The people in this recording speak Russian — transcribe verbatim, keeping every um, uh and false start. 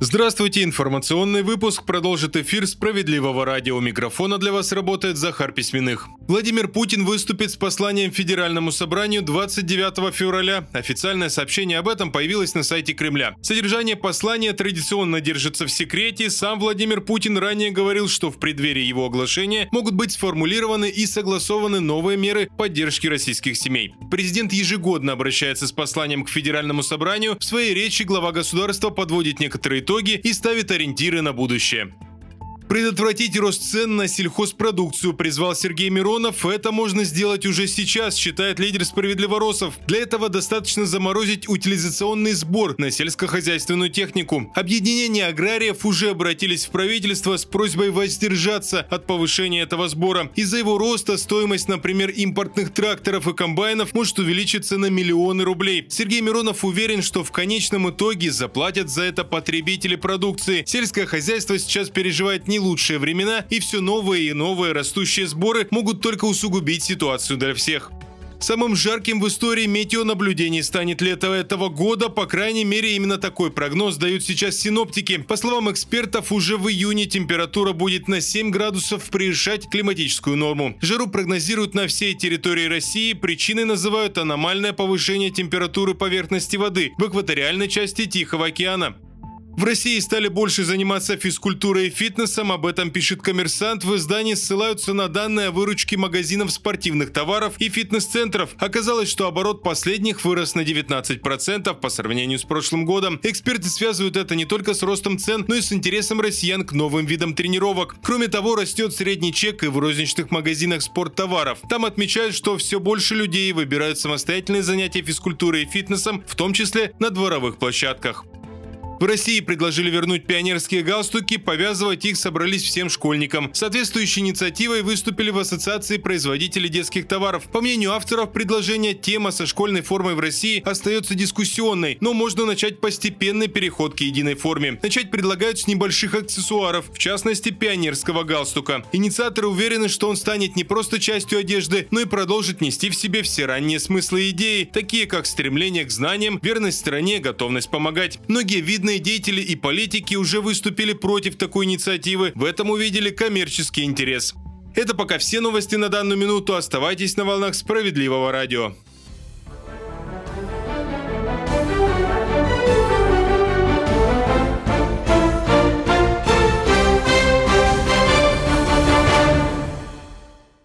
Здравствуйте, информационный выпуск продолжит эфир «Справедливого радио». У микрофона для вас работает Захар Письменных. Владимир Путин выступит с посланием Федеральному собранию двадцать девятого февраля. Официальное сообщение об этом появилось на сайте Кремля. Содержание послания традиционно держится в секрете. Сам Владимир Путин ранее говорил, что в преддверии его оглашения могут быть сформулированы и согласованы новые меры поддержки российских семей. Президент ежегодно обращается с посланием к Федеральному собранию. В своей речи глава государства подводит некоторые итоги и ставит ориентиры на будущее. Предотвратить рост цен на сельхозпродукцию призвал Сергей Миронов. Это можно сделать уже сейчас, считает лидер справедливоросов. Для этого достаточно заморозить утилизационный сбор на сельскохозяйственную технику. Объединения аграриев уже обратились в правительство с просьбой воздержаться от повышения этого сбора. Из-за его роста стоимость, например, импортных тракторов и комбайнов может увеличиться на миллионы рублей. Сергей Миронов уверен, что в конечном итоге заплатят за это потребители продукции. Сельское хозяйство сейчас переживает не лучшие времена, и все новые и новые растущие сборы могут только усугубить ситуацию для всех. Самым жарким в истории метеонаблюдений станет лето этого года. По крайней мере, именно такой прогноз дают сейчас синоптики. По словам экспертов, уже в июне температура будет на семь градусов превышать климатическую норму. Жару прогнозируют на всей территории России. Причиной называют аномальное повышение температуры поверхности воды в экваториальной части Тихого океана. В России стали больше заниматься физкультурой и фитнесом, об этом пишет «Коммерсант». В издании ссылаются на данные о выручке магазинов спортивных товаров и фитнес-центров. Оказалось, что оборот последних вырос на девятнадцать процентов по сравнению с прошлым годом. Эксперты связывают это не только с ростом цен, но и с интересом россиян к новым видам тренировок. Кроме того, растет средний чек и в розничных магазинах спорттоваров. Там отмечают, что все больше людей выбирают самостоятельные занятия физкультурой и фитнесом, в том числе на дворовых площадках. В России предложили вернуть пионерские галстуки, повязывать их собрались всем школьникам. С соответствующей инициативой выступили в Ассоциации производителей детских товаров. По мнению авторов предложения, тема со школьной формой в России остается дискуссионной, но можно начать постепенный переход к единой форме. Начать предлагают с небольших аксессуаров, в частности пионерского галстука. Инициаторы уверены, что он станет не просто частью одежды, но и продолжит нести в себе все ранние смыслы и идеи, такие как стремление к знаниям, верность стране, готовность помогать. Многие видные деятели и политики уже выступили против такой инициативы, в этом увидели коммерческий интерес. Это пока все новости на данную минуту. Оставайтесь на волнах Справедливого радио.